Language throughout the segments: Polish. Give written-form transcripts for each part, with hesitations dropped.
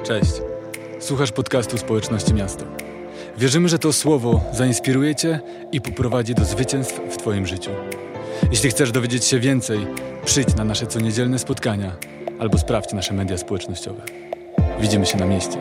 Cześć. Słuchasz podcastu Społeczności Miasto. Wierzymy, że to słowo zainspiruje Cię i poprowadzi do zwycięstw w Twoim życiu. Jeśli chcesz dowiedzieć się więcej, przyjdź na nasze coniedzielne spotkania albo sprawdź nasze media społecznościowe. Widzimy się na mieście.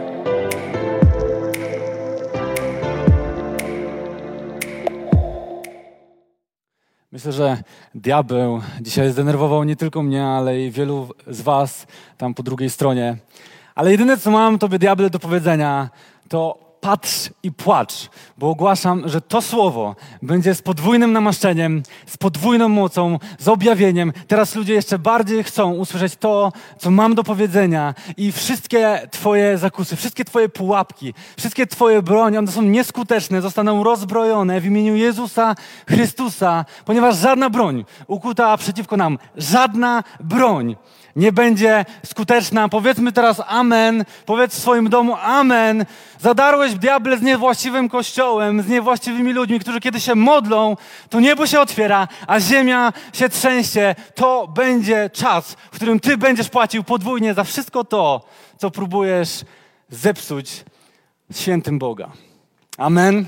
Myślę, że diabeł dzisiaj zdenerwował nie tylko mnie, ale i wielu z was tam po drugiej stronie. Ale jedyne, co mam tobie, diable, do powiedzenia, to patrz i płacz, bo ogłaszam, że to słowo będzie z podwójnym namaszczeniem, z podwójną mocą, z objawieniem. Teraz ludzie jeszcze bardziej chcą usłyszeć to, co mam do powiedzenia i wszystkie twoje zakusy, wszystkie twoje pułapki, wszystkie twoje broń, one są nieskuteczne, zostaną rozbrojone w imieniu Jezusa Chrystusa, ponieważ żadna broń ukuta przeciwko nam, żadna broń nie będzie skuteczna. Powiedzmy teraz amen. Powiedz w swoim domu amen. Zadarłeś, diable, z niewłaściwym kościołem, z niewłaściwymi ludźmi, którzy kiedy się modlą, to niebo się otwiera, a ziemia się trzęsie. To będzie czas, w którym ty będziesz płacił podwójnie za wszystko to, co próbujesz zepsuć świętym Boga. Amen.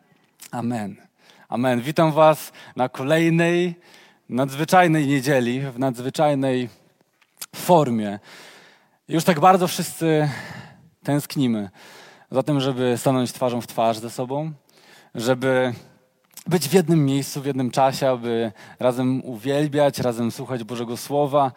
Amen. Amen. Witam was na kolejnej nadzwyczajnej niedzieli, w nadzwyczajnej formie. Już tak bardzo wszyscy tęsknimy za tym, żeby stanąć twarzą w twarz ze sobą, żeby być w jednym miejscu, w jednym czasie, aby razem uwielbiać, razem słuchać Bożego Słowa,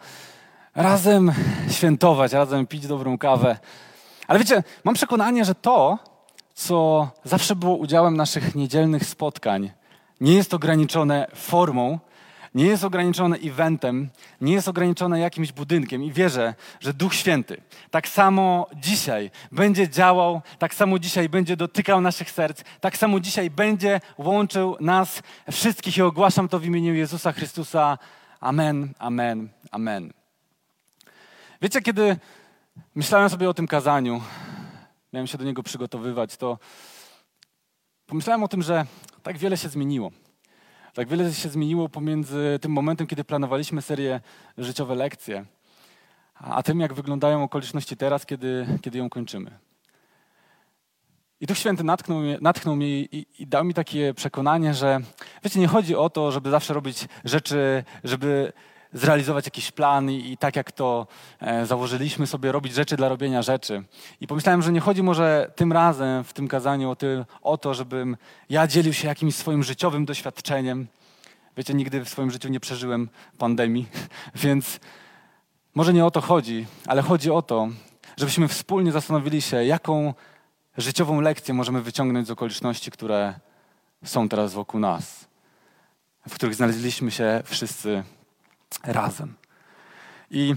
razem świętować, razem pić dobrą kawę. Ale wiecie, mam przekonanie, że to, co zawsze było udziałem naszych niedzielnych spotkań, nie jest ograniczone formą, nie jest ograniczone eventem, nie jest ograniczone jakimś budynkiem i wierzę, że Duch Święty tak samo dzisiaj będzie działał, tak samo dzisiaj będzie dotykał naszych serc, tak samo dzisiaj będzie łączył nas wszystkich i ogłaszam to w imieniu Jezusa Chrystusa. Amen, amen, amen. Wiecie, kiedy myślałem sobie o tym kazaniu, miałem się do niego przygotowywać, to pomyślałem o tym, że tak wiele się zmieniło. Tak wiele się zmieniło pomiędzy tym momentem, kiedy planowaliśmy serię Życiowe Lekcje, a tym, jak wyglądają okoliczności teraz, kiedy ją kończymy. I Duch Święty natchnął mnie i dał mi takie przekonanie, że wiecie, nie chodzi o to, żeby zawsze robić rzeczy, żeby zrealizować jakiś plan i tak jak to założyliśmy sobie, robić rzeczy dla robienia rzeczy. I pomyślałem, że nie chodzi może tym razem w tym kazaniu o to, żebym ja dzielił się jakimś swoim życiowym doświadczeniem. Wiecie, nigdy w swoim życiu nie przeżyłem pandemii, więc może nie o to chodzi, ale chodzi o to, żebyśmy wspólnie zastanowili się, jaką życiową lekcję możemy wyciągnąć z okoliczności, które są teraz wokół nas, w których znaleźliśmy się wszyscy razem. I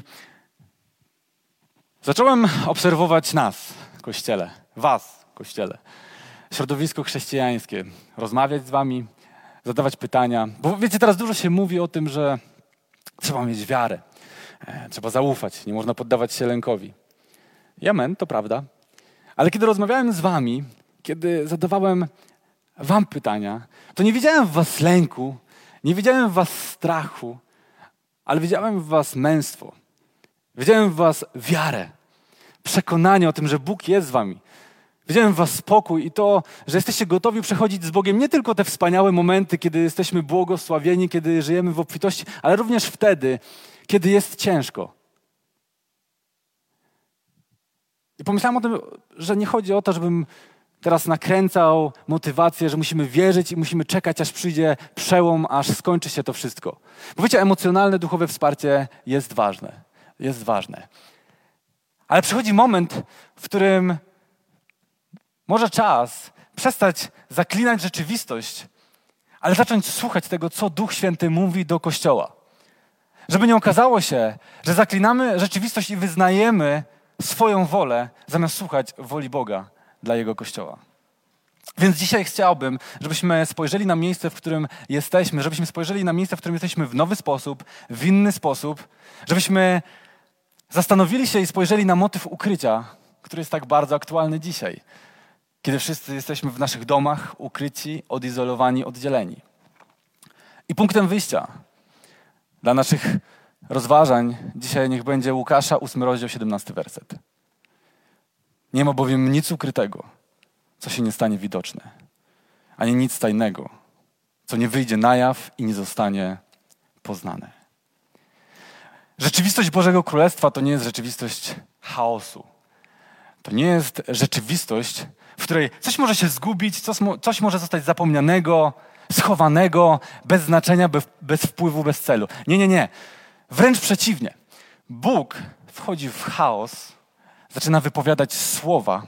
zacząłem obserwować nas, Kościele, was, Kościele, środowisko chrześcijańskie, rozmawiać z wami, zadawać pytania. Bo wiecie, teraz dużo się mówi o tym, że trzeba mieć wiarę, trzeba zaufać, nie można poddawać się lękowi. I amen, to prawda. Ale kiedy rozmawiałem z wami, kiedy zadawałem wam pytania, to nie widziałem w was lęku, nie widziałem w was strachu, ale widziałem w was męstwo. Widziałem w was wiarę, przekonanie o tym, że Bóg jest z wami. Widziałem w was spokój i to, że jesteście gotowi przechodzić z Bogiem nie tylko te wspaniałe momenty, kiedy jesteśmy błogosławieni, kiedy żyjemy w obfitości, ale również wtedy, kiedy jest ciężko. I pomyślałem o tym, że nie chodzi o to, żebym teraz nakręcał motywację, że musimy wierzyć i musimy czekać, aż przyjdzie przełom, aż skończy się to wszystko. Bo wiecie, emocjonalne, duchowe wsparcie jest ważne. Jest ważne. Ale przychodzi moment, w którym może czas przestać zaklinać rzeczywistość, ale zacząć słuchać tego, co Duch Święty mówi do Kościoła. Żeby nie okazało się, że zaklinamy rzeczywistość i wyznajemy swoją wolę, zamiast słuchać woli Boga dla Jego Kościoła. Więc dzisiaj chciałbym, żebyśmy spojrzeli na miejsce, w którym jesteśmy, żebyśmy spojrzeli na miejsce, w którym jesteśmy w nowy sposób, w inny sposób, żebyśmy zastanowili się i spojrzeli na motyw ukrycia, który jest tak bardzo aktualny dzisiaj, kiedy wszyscy jesteśmy w naszych domach, ukryci, odizolowani, oddzieleni. I punktem wyjścia dla naszych rozważań dzisiaj niech będzie Łukasza, 8 rozdział, 17 werset. Nie ma bowiem nic ukrytego, co się nie stanie widoczne, ani nic tajnego, co nie wyjdzie na jaw i nie zostanie poznane. Rzeczywistość Bożego Królestwa to nie jest rzeczywistość chaosu. To nie jest rzeczywistość, w której coś może się zgubić, coś może zostać zapomnianego, schowanego, bez znaczenia, bez wpływu, bez celu. Nie. Wręcz przeciwnie. Bóg wchodzi w chaos, zaczyna wypowiadać słowa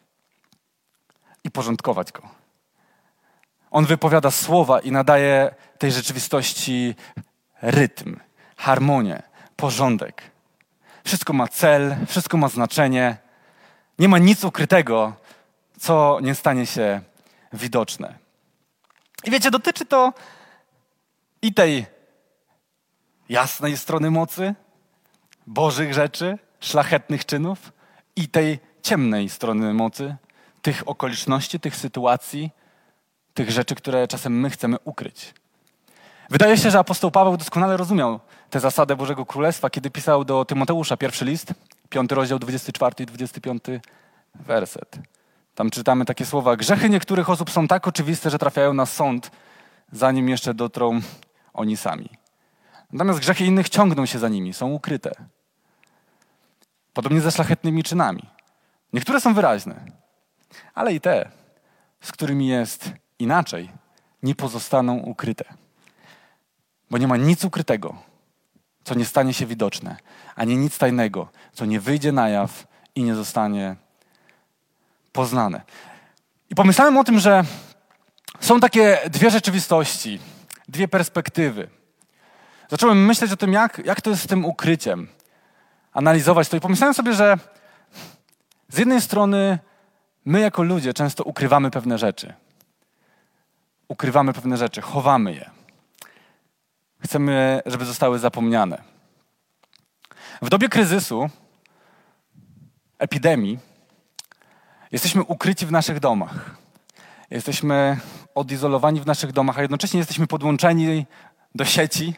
i porządkować go. On wypowiada słowa i nadaje tej rzeczywistości rytm, harmonię, porządek. Wszystko ma cel, wszystko ma znaczenie. Nie ma nic ukrytego, co nie stanie się widoczne. I wiecie, dotyczy to i tej jasnej strony mocy, Bożych rzeczy, szlachetnych czynów, i tej ciemnej strony mocy, tych okoliczności, tych sytuacji, tych rzeczy, które czasem my chcemy ukryć. Wydaje się, że apostoł Paweł doskonale rozumiał tę zasadę Bożego Królestwa, kiedy pisał do Tymoteusza pierwszy list, 5 rozdział, 24 i 25 werset. Tam czytamy takie słowa: grzechy niektórych osób są tak oczywiste, że trafiają na sąd, zanim jeszcze dotrą oni sami. Natomiast grzechy innych ciągną się za nimi, są ukryte. Podobnie ze szlachetnymi czynami. Niektóre są wyraźne, ale i te, z którymi jest inaczej, nie pozostaną ukryte. Bo nie ma nic ukrytego, co nie stanie się widoczne, ani nic tajnego, co nie wyjdzie na jaw i nie zostanie poznane. I pomyślałem o tym, że są takie dwie rzeczywistości, dwie perspektywy. Zacząłem myśleć o tym, jak to jest z tym ukryciem, analizować to i pomyślałem sobie, że z jednej strony my jako ludzie często ukrywamy pewne rzeczy. Ukrywamy pewne rzeczy, chowamy je. Chcemy, żeby zostały zapomniane. W dobie kryzysu, epidemii, jesteśmy ukryci w naszych domach. Jesteśmy odizolowani w naszych domach, a jednocześnie jesteśmy podłączeni do sieci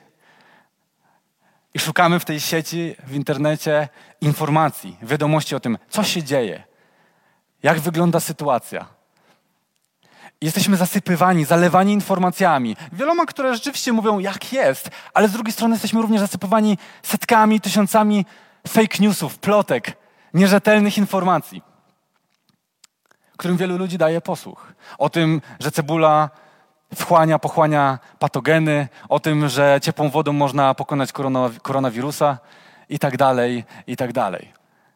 i szukamy w tej sieci, w internecie informacji, wiadomości o tym, co się dzieje, jak wygląda sytuacja. Jesteśmy zasypywani, zalewani informacjami. Wieloma, które rzeczywiście mówią, jak jest, ale z drugiej strony jesteśmy również zasypywani setkami, tysiącami fake newsów, plotek, nierzetelnych informacji, którym wielu ludzi daje posłuch. O tym, że cebula pochłania patogeny, o tym, że ciepłą wodą można pokonać koronawirusa i tak dalej, i tak dalej.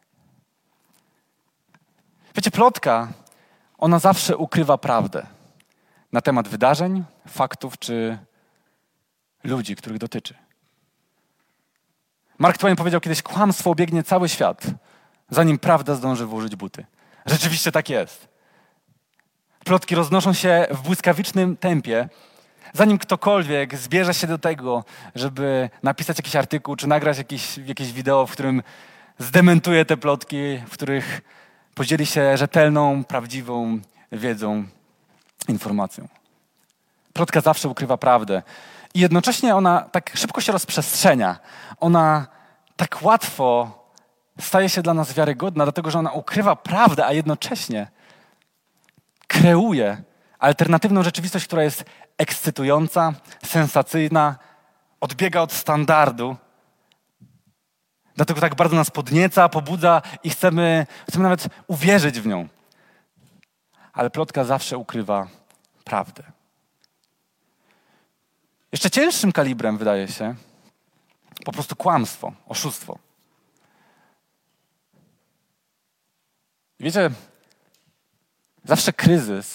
Wiecie, plotka, ona zawsze ukrywa prawdę na temat wydarzeń, faktów czy ludzi, których dotyczy. Mark Twain powiedział kiedyś: kłamstwo obiegnie cały świat, zanim prawda zdąży włożyć buty. Rzeczywiście tak jest. Plotki roznoszą się w błyskawicznym tempie, zanim ktokolwiek zbierze się do tego, żeby napisać jakiś artykuł czy nagrać jakieś wideo, w którym zdementuje te plotki, w których podzieli się rzetelną, prawdziwą wiedzą, informacją. Plotka zawsze ukrywa prawdę. I jednocześnie ona tak szybko się rozprzestrzenia. Ona tak łatwo staje się dla nas wiarygodna, dlatego że ona ukrywa prawdę, a jednocześnie kreuje alternatywną rzeczywistość, która jest ekscytująca, sensacyjna, odbiega od standardu. Dlatego tak bardzo nas podnieca, pobudza i chcemy nawet uwierzyć w nią. Ale plotka zawsze ukrywa prawdę. Jeszcze cięższym kalibrem wydaje się po prostu kłamstwo, oszustwo. Wiecie, zawsze kryzys,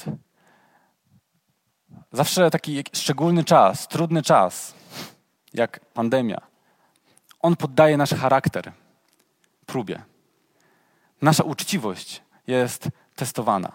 zawsze taki szczególny czas, trudny czas, jak pandemia, on poddaje nasz charakter próbie. Nasza uczciwość jest testowana.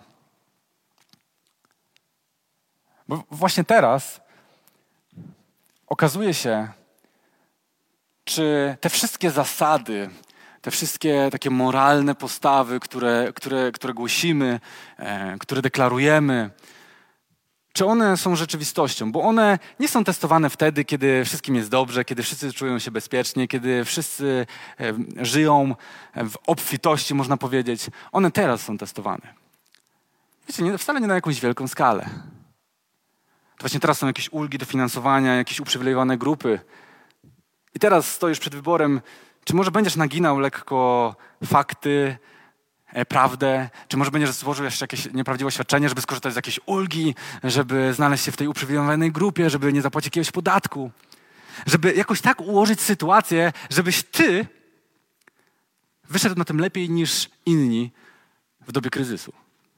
Bo właśnie teraz okazuje się, czy te wszystkie zasady, te wszystkie takie moralne postawy, które głosimy, które deklarujemy, czy one są rzeczywistością, bo one nie są testowane wtedy, kiedy wszystkim jest dobrze, kiedy wszyscy czują się bezpiecznie, kiedy wszyscy żyją w obfitości, można powiedzieć. One teraz są testowane. Wiecie, wcale nie na jakąś wielką skalę. To właśnie teraz są jakieś ulgi dofinansowania, jakieś uprzywilejowane grupy. I teraz stoisz przed wyborem, czy może będziesz naginał lekko fakty, prawdę, czy może będziesz złożył jeszcze jakieś nieprawdziwe oświadczenie, żeby skorzystać z jakiejś ulgi, żeby znaleźć się w tej uprzywilejowanej grupie, żeby nie zapłacić jakiegoś podatku, żeby jakoś tak ułożyć sytuację, żebyś ty wyszedł na tym lepiej niż inni w dobie kryzysu.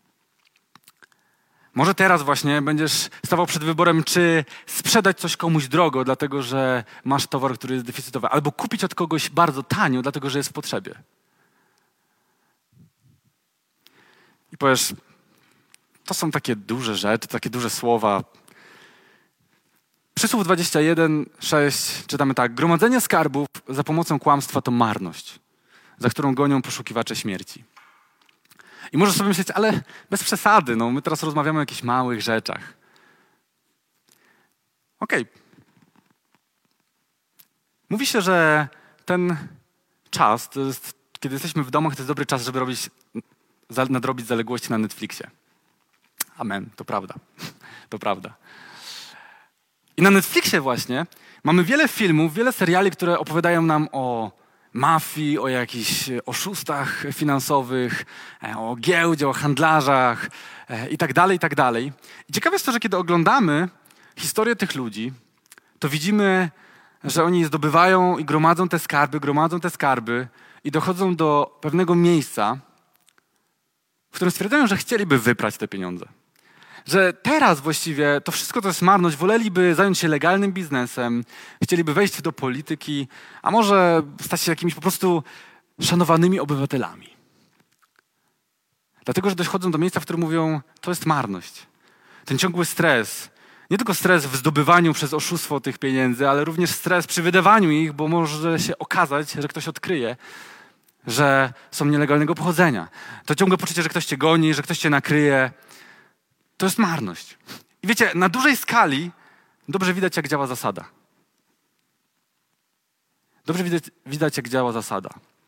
Może teraz właśnie będziesz stawał przed wyborem, czy sprzedać coś komuś drogo, dlatego że masz towar, który jest deficytowy, albo kupić od kogoś bardzo tanio, dlatego że jest w potrzebie. I powiesz, to są takie duże rzeczy, takie duże słowa. Przysłów 21:6 czytamy tak. Gromadzenie skarbów za pomocą kłamstwa to marność, za którą gonią poszukiwacze śmierci. I możesz sobie myśleć, ale bez przesady, my teraz rozmawiamy o jakichś małych rzeczach. Okej. Mówi się, że ten czas, to jest, kiedy jesteśmy w domach, to jest dobry czas, żeby nadrobić zaległości na Netflixie. Amen, to prawda. To prawda. I na Netflixie właśnie mamy wiele filmów, wiele seriali, które opowiadają nam o mafii, o jakichś oszustach finansowych, o giełdzie, o handlarzach i tak dalej, i tak dalej. I ciekawe jest to, że kiedy oglądamy historię tych ludzi, to widzimy, że oni zdobywają i gromadzą te skarby i dochodzą do pewnego miejsca, w którym stwierdzają, że chcieliby wyprać te pieniądze. Że teraz właściwie to wszystko to jest marność, woleliby zająć się legalnym biznesem, chcieliby wejść do polityki, a może stać się jakimiś po prostu szanowanymi obywatelami. Dlatego, że dochodzą do miejsca, w którym mówią, to jest marność. Ten ciągły stres, nie tylko stres w zdobywaniu przez oszustwo tych pieniędzy, ale również stres przy wydawaniu ich, bo może się okazać, że ktoś odkryje, że są nielegalnego pochodzenia. To ciągłe poczucie, że ktoś cię goni, że ktoś cię nakryje, to jest marność. I wiecie, na dużej skali dobrze widać, jak działa zasada. Dobrze widać, jak działa zasada.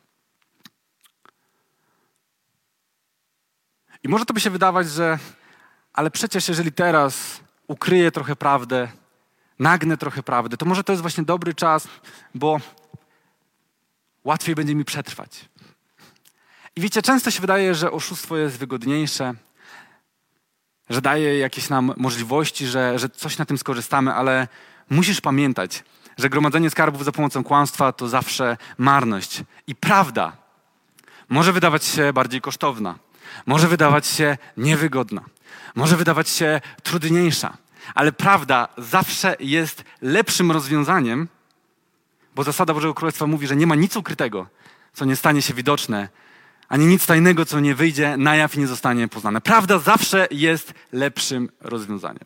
I może to by się wydawać, że ale przecież jeżeli teraz ukryję trochę prawdę, nagnę trochę prawdę, to może to jest właśnie dobry czas, bo łatwiej będzie mi przetrwać. I wiecie, często się wydaje, że oszustwo jest wygodniejsze, że daje jakieś nam możliwości, że coś na tym skorzystamy, ale musisz pamiętać, że gromadzenie skarbów za pomocą kłamstwa to zawsze marność. I prawda może wydawać się bardziej kosztowna, może wydawać się niewygodna, może wydawać się trudniejsza, ale prawda zawsze jest lepszym rozwiązaniem, bo zasada Bożego Królestwa mówi, że nie ma nic ukrytego, co nie stanie się widoczne, ani nic tajnego, co nie wyjdzie na jaw i nie zostanie poznane. Prawda zawsze jest lepszym rozwiązaniem.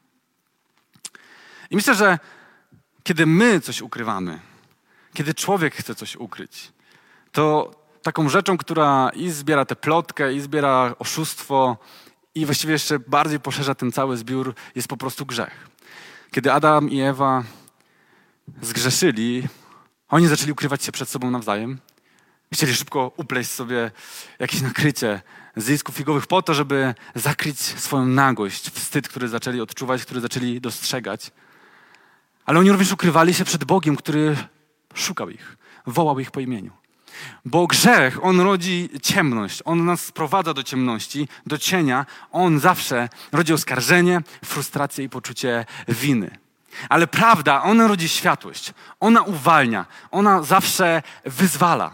I myślę, że kiedy my coś ukrywamy, kiedy człowiek chce coś ukryć, to taką rzeczą, która i zbiera tę plotkę, i zbiera oszustwo, i właściwie jeszcze bardziej poszerza ten cały zbiór, jest po prostu grzech. Kiedy Adam i Ewa zgrzeszyli, oni zaczęli ukrywać się przed sobą nawzajem. Chcieli szybko upleść sobie jakieś nakrycie z listków figowych po to, żeby zakryć swoją nagość, wstyd, który zaczęli odczuwać, który zaczęli dostrzegać. Ale oni również ukrywali się przed Bogiem, który szukał ich, wołał ich po imieniu. Bo grzech, on rodzi ciemność, on nas sprowadza do ciemności, do cienia. On zawsze rodzi oskarżenie, frustrację i poczucie winy. Ale prawda, ona rodzi światłość, ona uwalnia, ona zawsze wyzwala.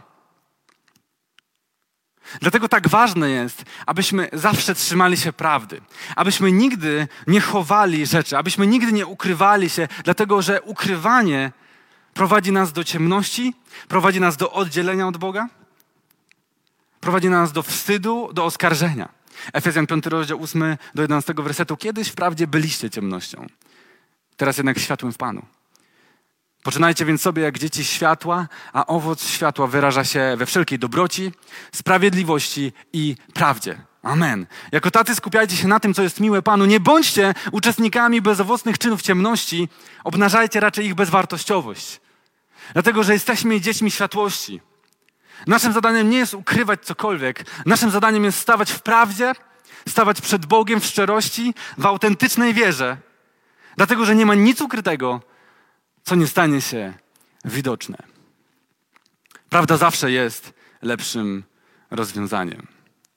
Dlatego tak ważne jest, abyśmy zawsze trzymali się prawdy, abyśmy nigdy nie chowali rzeczy, abyśmy nigdy nie ukrywali się, dlatego że ukrywanie prowadzi nas do ciemności, prowadzi nas do oddzielenia od Boga, prowadzi nas do wstydu, do oskarżenia. Efezjan 5 rozdział 8 do 11 wersetu. Kiedyś wprawdzie byliście ciemnością, teraz jednak światłem w Panu. Poczynajcie więc sobie jak dzieci światła, a owoc światła wyraża się we wszelkiej dobroci, sprawiedliwości i prawdzie. Amen. Jako taty skupiajcie się na tym, co jest miłe Panu. Nie bądźcie uczestnikami bezowocnych czynów ciemności, obnażajcie raczej ich bezwartościowość. Dlatego, że jesteśmy dziećmi światłości. Naszym zadaniem nie jest ukrywać cokolwiek. Naszym zadaniem jest stawać w prawdzie, stawać przed Bogiem w szczerości, w autentycznej wierze. Dlatego, że nie ma nic ukrytego, co nie stanie się widoczne. Prawda zawsze jest lepszym rozwiązaniem.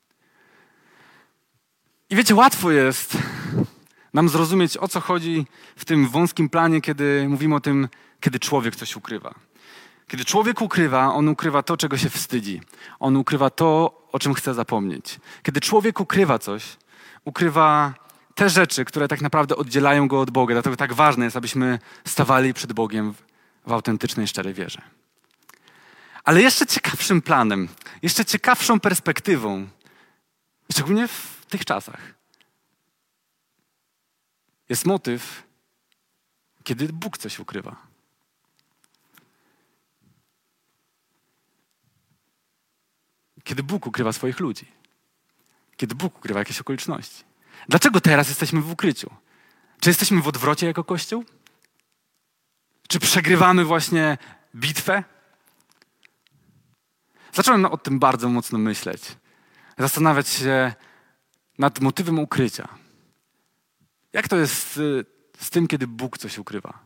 I wiecie, łatwo jest nam zrozumieć, o co chodzi w tym wąskim planie, kiedy mówimy o tym, kiedy człowiek coś ukrywa. Kiedy człowiek ukrywa, on ukrywa to, czego się wstydzi. On ukrywa to, o czym chce zapomnieć. Kiedy człowiek ukrywa coś, ukrywa te rzeczy, które tak naprawdę oddzielają go od Boga. Dlatego tak ważne jest, abyśmy stawali przed Bogiem w autentycznej, szczerej wierze. Ale jeszcze ciekawszym planem, jeszcze ciekawszą perspektywą, szczególnie w tych czasach, jest motyw, kiedy Bóg coś ukrywa. Kiedy Bóg ukrywa swoich ludzi. Kiedy Bóg ukrywa jakieś okoliczności. Dlaczego teraz jesteśmy w ukryciu? Czy jesteśmy w odwrocie jako Kościół? Czy przegrywamy właśnie bitwę? Zacząłem o tym bardzo mocno myśleć. Zastanawiać się nad motywem ukrycia. Jak to jest z tym, kiedy Bóg coś ukrywa?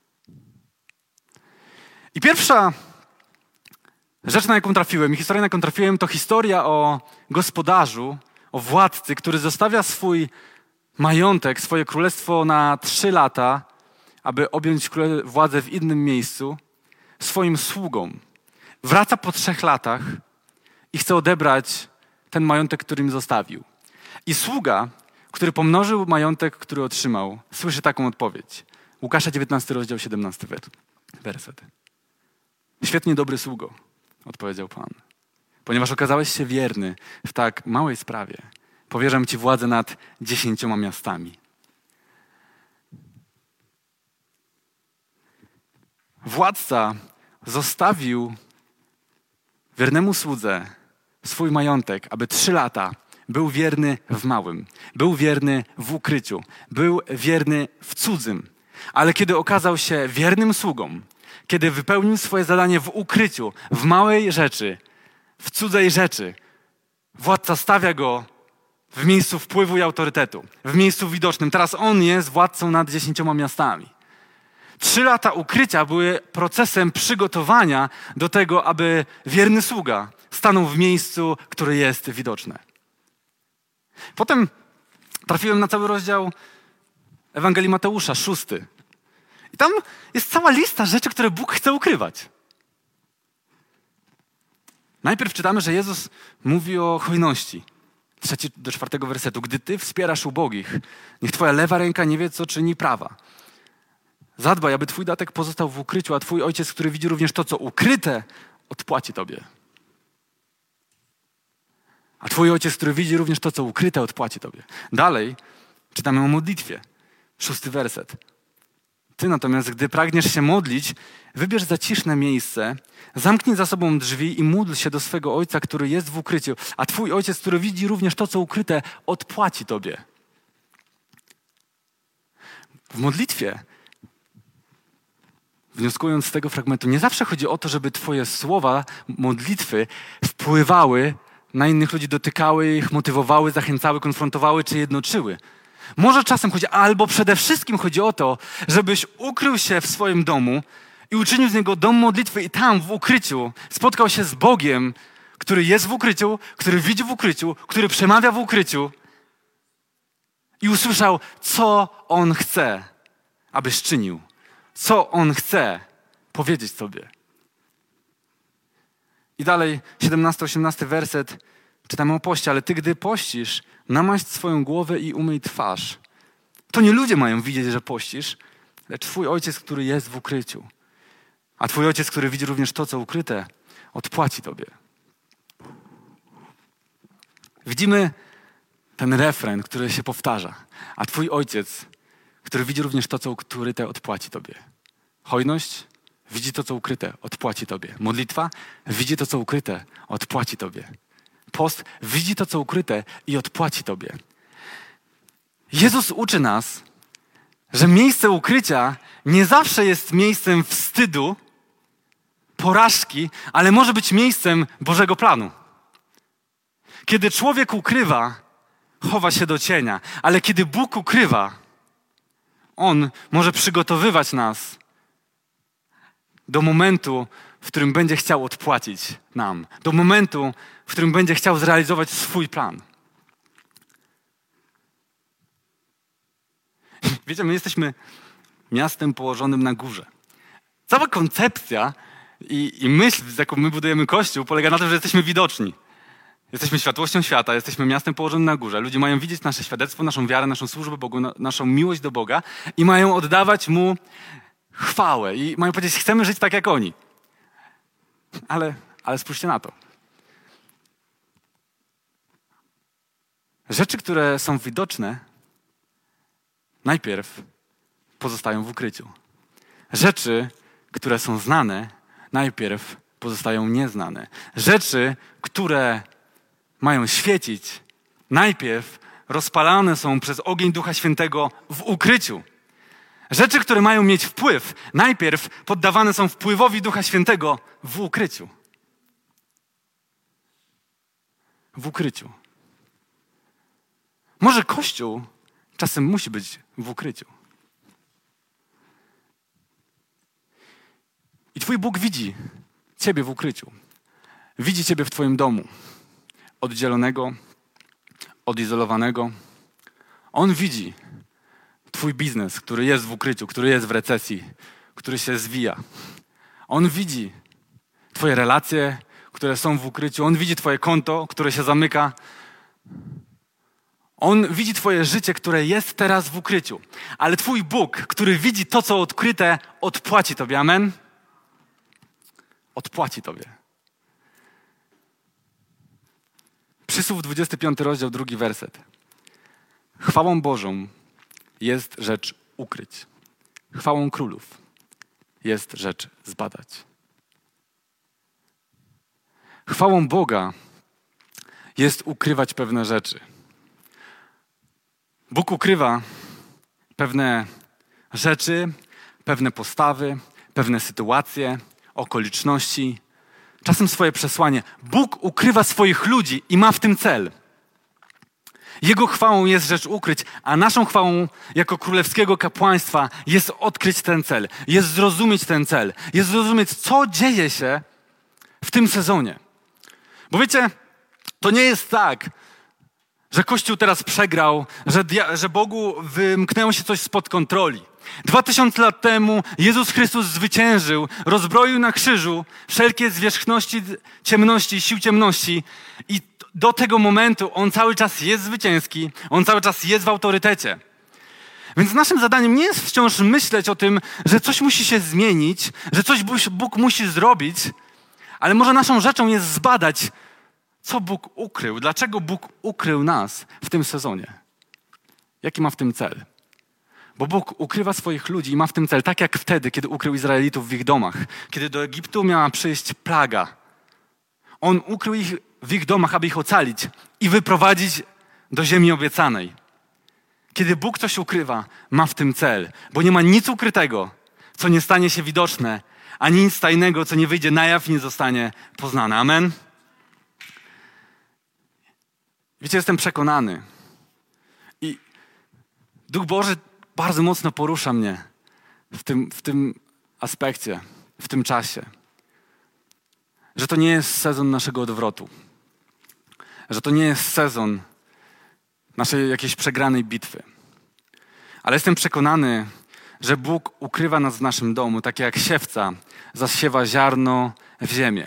I pierwsza rzecz, na jaką trafiłem, i historia, na jaką trafiłem, to historia o gospodarzu, o władcy, który zostawia swój majątek, swoje królestwo na 3 lata, aby objąć władzę w innym miejscu, swoim sługom. Wraca po 3 latach i chce odebrać ten majątek, który im zostawił. I sługa, który pomnożył majątek, który otrzymał, słyszy taką odpowiedź. Łukasza 19, rozdział 17 werset. Świetnie, dobry sługo, odpowiedział Pan. Ponieważ okazałeś się wierny w tak małej sprawie, powierzam Ci władzę nad 10 miastami. Władca zostawił wiernemu słudze swój majątek, aby 3 lata był wierny w małym, był wierny w ukryciu, był wierny w cudzym. Ale kiedy okazał się wiernym sługą, kiedy wypełnił swoje zadanie w ukryciu, w małej rzeczy, w cudzej rzeczy, władca stawia go w miejscu wpływu i autorytetu, w miejscu widocznym. Teraz on jest władcą nad 10 miastami. 3 lata ukrycia były procesem przygotowania do tego, aby wierny sługa stanął w miejscu, które jest widoczne. Potem trafiłem na cały rozdział Ewangelii Mateusza, 6. I tam jest cała lista rzeczy, które Bóg chce ukrywać. Najpierw czytamy, że Jezus mówi o hojności. 3-4 wersetu. Gdy Ty wspierasz ubogich, niech Twoja lewa ręka nie wie, co czyni prawa. Zadbaj, aby Twój datek pozostał w ukryciu, a Twój Ojciec, który widzi również to, co ukryte, odpłaci Tobie. A Twój Ojciec, który widzi również to, co ukryte, odpłaci Tobie. Dalej czytamy o modlitwie. 6 werset. Ty natomiast, gdy pragniesz się modlić, wybierz zaciszne miejsce, zamknij za sobą drzwi i módl się do swego Ojca, który jest w ukryciu, a Twój Ojciec, który widzi również to, co ukryte, odpłaci Tobie. W modlitwie, wnioskując z tego fragmentu, nie zawsze chodzi o to, żeby Twoje słowa modlitwy wpływały na innych ludzi, dotykały ich, motywowały, zachęcały, konfrontowały czy jednoczyły. Może czasem chodzi, albo przede wszystkim chodzi o to, żebyś ukrył się w swoim domu i uczynił z niego dom modlitwy i tam w ukryciu spotkał się z Bogiem, który jest w ukryciu, który widzi w ukryciu, który przemawia w ukryciu i usłyszał, co On chce, abyś czynił, co On chce powiedzieć Tobie. I dalej 17-18 werset czytamy o poście, ale Ty, gdy pościsz, namaść swoją głowę i umyj twarz. To nie ludzie mają widzieć, że pościsz, lecz Twój Ojciec, który jest w ukryciu. A Twój Ojciec, który widzi również to, co ukryte, odpłaci Tobie. Widzimy ten refren, który się powtarza. A Twój Ojciec, który widzi również to, co ukryte, odpłaci Tobie. Hojność widzi to, co ukryte, odpłaci Tobie. Modlitwa widzi to, co ukryte, odpłaci Tobie. Post widzi to, co ukryte i odpłaci tobie. Jezus uczy nas, że miejsce ukrycia nie zawsze jest miejscem wstydu, porażki, ale może być miejscem Bożego planu. Kiedy człowiek ukrywa, chowa się do cienia, ale kiedy Bóg ukrywa, On może przygotowywać nas do momentu, w którym będzie chciał odpłacić nam. Do momentu, w którym będzie chciał zrealizować swój plan. Wiecie, my jesteśmy miastem położonym na górze. Cała koncepcja i myśl, z jaką my budujemy Kościół, polega na tym, że jesteśmy widoczni. Jesteśmy światłością świata, jesteśmy miastem położonym na górze. Ludzie mają widzieć nasze świadectwo, naszą wiarę, naszą służbę Bogu, naszą miłość do Boga i mają oddawać Mu chwałę. I mają powiedzieć, chcemy żyć tak jak oni. Ale spójrzcie na to. Rzeczy, które są widoczne, najpierw pozostają w ukryciu. Rzeczy, które są znane, najpierw pozostają nieznane. Rzeczy, które mają świecić, najpierw rozpalane są przez ogień Ducha Świętego w ukryciu. Rzeczy, które mają mieć wpływ, najpierw poddawane są wpływowi Ducha Świętego w ukryciu. W ukryciu. Może Kościół czasem musi być w ukryciu. I Twój Bóg widzi Ciebie w ukryciu. Widzi Ciebie w Twoim domu. Oddzielonego, odizolowanego. On widzi Twój biznes, który jest w ukryciu, który jest w recesji, który się zwija. On widzi Twoje relacje, które są w ukryciu. On widzi Twoje konto, które się zamyka. On widzi Twoje życie, które jest teraz w ukryciu. Ale Twój Bóg, który widzi to, co odkryte, odpłaci Tobie. Amen? Odpłaci Tobie. Przysłów 25 rozdział, 2 werset. Chwałą Bożą jest rzecz ukryć. Chwałą królów jest rzecz zbadać. Chwałą Boga jest ukrywać pewne rzeczy. Bóg ukrywa pewne rzeczy, pewne postawy, pewne sytuacje, okoliczności, czasem swoje przesłanie. Bóg ukrywa swoich ludzi i ma w tym cel. Jego chwałą jest rzecz ukryć, a naszą chwałą jako królewskiego kapłaństwa jest odkryć ten cel, jest zrozumieć ten cel, jest zrozumieć, co dzieje się w tym sezonie. Bo wiecie, to nie jest tak, że Kościół teraz przegrał, że Bogu wymknęło się coś spod kontroli. 2000 lat temu Jezus Chrystus zwyciężył, rozbroił na krzyżu wszelkie zwierzchności ciemności, sił ciemności i do tego momentu On cały czas jest zwycięski, On cały czas jest w autorytecie. Więc naszym zadaniem nie jest wciąż myśleć o tym, że coś musi się zmienić, że coś Bóg musi zrobić, ale może naszą rzeczą jest zbadać, co Bóg ukrył, dlaczego Bóg ukrył nas w tym sezonie. Jaki ma w tym cel? Bo Bóg ukrywa swoich ludzi i ma w tym cel, tak jak wtedy, kiedy ukrył Izraelitów w ich domach. Kiedy do Egiptu miała przyjść plaga. On ukrył ich w ich domach, aby ich ocalić i wyprowadzić do ziemi obiecanej. Kiedy Bóg coś ukrywa, ma w tym cel. Bo nie ma nic ukrytego, co nie stanie się widoczne, ani nic tajnego, co nie wyjdzie na jaw i nie zostanie poznane. Amen? Wiecie, jestem przekonany i Duch Boży bardzo mocno porusza mnie w tym aspekcie, w tym czasie. Że to nie jest sezon naszego odwrotu. Że to nie jest sezon naszej jakiejś przegranej bitwy. Ale jestem przekonany, że Bóg ukrywa nas w naszym domu, tak jak siewca zasiewa ziarno w ziemię.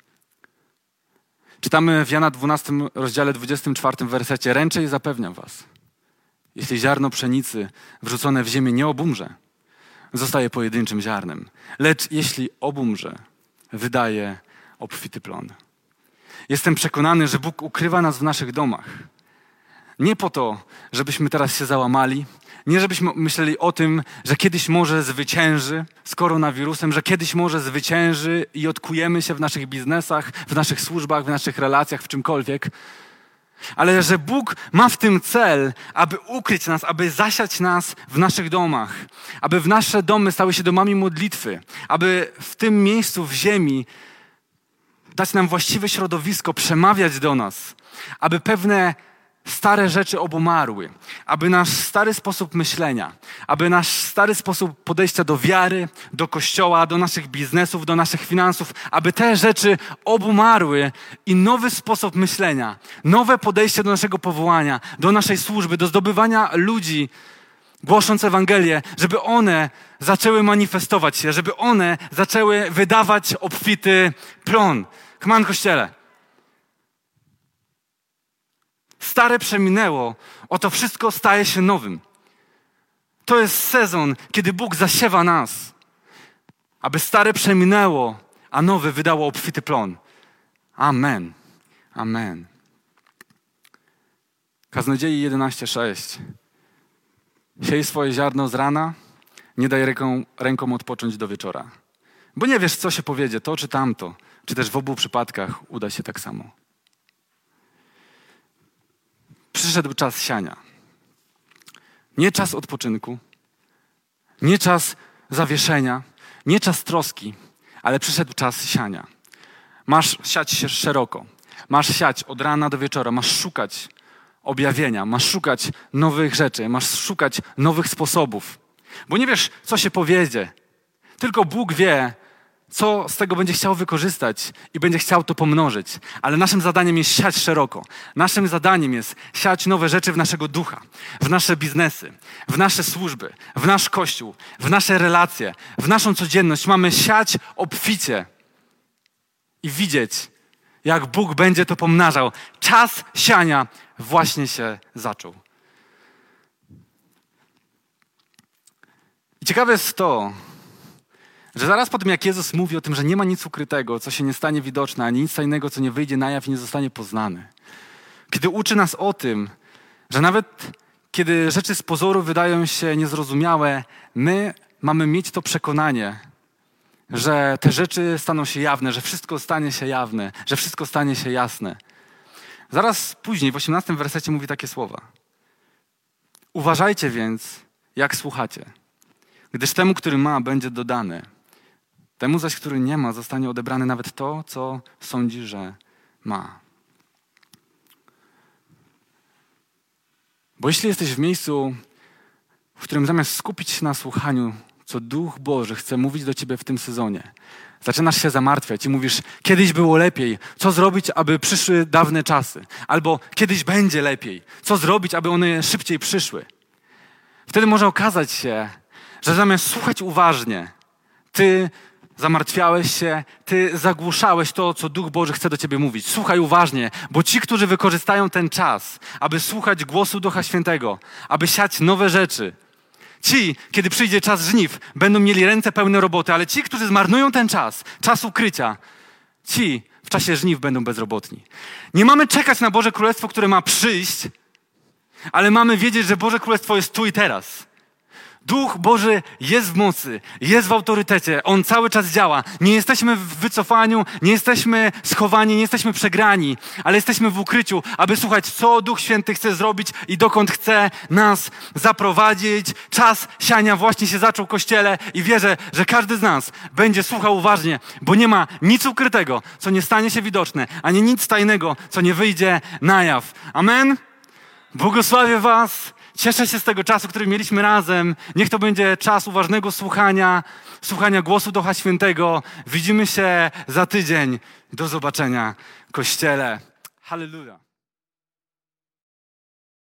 Czytamy w Jana 12 rozdziale 24 wersecie. Ręczę i zapewniam was, jeśli ziarno pszenicy wrzucone w ziemię nie obumrze, zostaje pojedynczym ziarnem. Lecz jeśli obumrze, wydaje obfity plon. Jestem przekonany, że Bóg ukrywa nas w naszych domach. Nie po to, żebyśmy teraz się załamali, nie żebyśmy myśleli o tym, że kiedyś może zwycięży z koronawirusem, że kiedyś może zwycięży i odkujemy się w naszych biznesach, w naszych służbach, w naszych relacjach, w czymkolwiek. Ale że Bóg ma w tym cel, aby ukryć nas, aby zasiać nas w naszych domach, aby w nasze domy stały się domami modlitwy, aby w tym miejscu w ziemi dać nam właściwe środowisko, przemawiać do nas, aby pewne stare rzeczy obumarły, aby nasz stary sposób myślenia, aby nasz stary sposób podejścia do wiary, do Kościoła, do naszych biznesów, do naszych finansów, aby te rzeczy obumarły i nowy sposób myślenia, nowe podejście do naszego powołania, do naszej służby, do zdobywania ludzi, głosząc Ewangelię, żeby one zaczęły manifestować się, żeby one zaczęły wydawać obfity plon. Come on, Kościele. Stare przeminęło, oto wszystko staje się nowym. To jest sezon, kiedy Bóg zasiewa nas, aby stare przeminęło, a nowe wydało obfity plon. Amen. Amen. Kaznodziei 11:6. Siej swoje ziarno z rana, nie daj rękom odpocząć do wieczora. Bo nie wiesz, co się powiedzie, to czy tamto, czy też w obu przypadkach uda się tak samo. Przyszedł czas siania. Nie czas odpoczynku, nie czas zawieszenia, nie czas troski, ale przyszedł czas siania. Masz siać się szeroko, masz siać od rana do wieczora, masz szukać objawienia, masz szukać nowych rzeczy, masz szukać nowych sposobów. Bo nie wiesz, co się powiedzie. Tylko Bóg wie, co z tego będzie chciał wykorzystać i będzie chciał to pomnożyć. Ale naszym zadaniem jest siać szeroko. Naszym zadaniem jest siać nowe rzeczy w naszego ducha, w nasze biznesy, w nasze służby, w nasz Kościół, w nasze relacje, w naszą codzienność. Mamy siać obficie i widzieć, jak Bóg będzie to pomnażał. Czas siania właśnie się zaczął. I ciekawe jest to, że zaraz po tym, jak Jezus mówi o tym, że nie ma nic ukrytego, co się nie stanie widoczne, ani nic tajnego, co nie wyjdzie na jaw i nie zostanie poznane. Kiedy uczy nas o tym, że nawet kiedy rzeczy z pozoru wydają się niezrozumiałe, my mamy mieć to przekonanie, że te rzeczy staną się jawne, że wszystko stanie się jawne, że wszystko stanie się jasne. Zaraz później, w 18 wersecie mówi takie słowa. Uważajcie więc, jak słuchacie, gdyż temu, który ma, będzie dodane. Temu zaś, który nie ma, zostanie odebrane nawet to, co sądzi, że ma. Bo jeśli jesteś w miejscu, w którym zamiast skupić się na słuchaniu, co Duch Boży chce mówić do ciebie w tym sezonie, zaczynasz się zamartwiać i mówisz, kiedyś było lepiej, co zrobić, aby przyszły dawne czasy? Albo kiedyś będzie lepiej, co zrobić, aby one szybciej przyszły? Wtedy może okazać się, że zamiast słuchać uważnie, ty zamartwiałeś się, ty zagłuszałeś to, co Duch Boży chce do ciebie mówić. Słuchaj uważnie, bo ci, którzy wykorzystają ten czas, aby słuchać głosu Ducha Świętego, aby siać nowe rzeczy, ci, kiedy przyjdzie czas żniw, będą mieli ręce pełne roboty, ale ci, którzy zmarnują ten czas ukrycia, ci w czasie żniw będą bezrobotni. Nie mamy czekać na Boże Królestwo, które ma przyjść, ale mamy wiedzieć, że Boże Królestwo jest tu i teraz. Duch Boży jest w mocy, jest w autorytecie, On cały czas działa. Nie jesteśmy w wycofaniu, nie jesteśmy schowani, nie jesteśmy przegrani, ale jesteśmy w ukryciu, aby słuchać, co Duch Święty chce zrobić i dokąd chce nas zaprowadzić. Czas siania właśnie się zaczął, Kościele, i wierzę, że każdy z nas będzie słuchał uważnie, bo nie ma nic ukrytego, co nie stanie się widoczne, ani nic tajnego, co nie wyjdzie na jaw. Amen? Błogosławię was. Cieszę się z tego czasu, który mieliśmy razem. Niech to będzie czas uważnego słuchania głosu Ducha Świętego. Widzimy się za tydzień. Do zobaczenia, Kościele. Halleluja.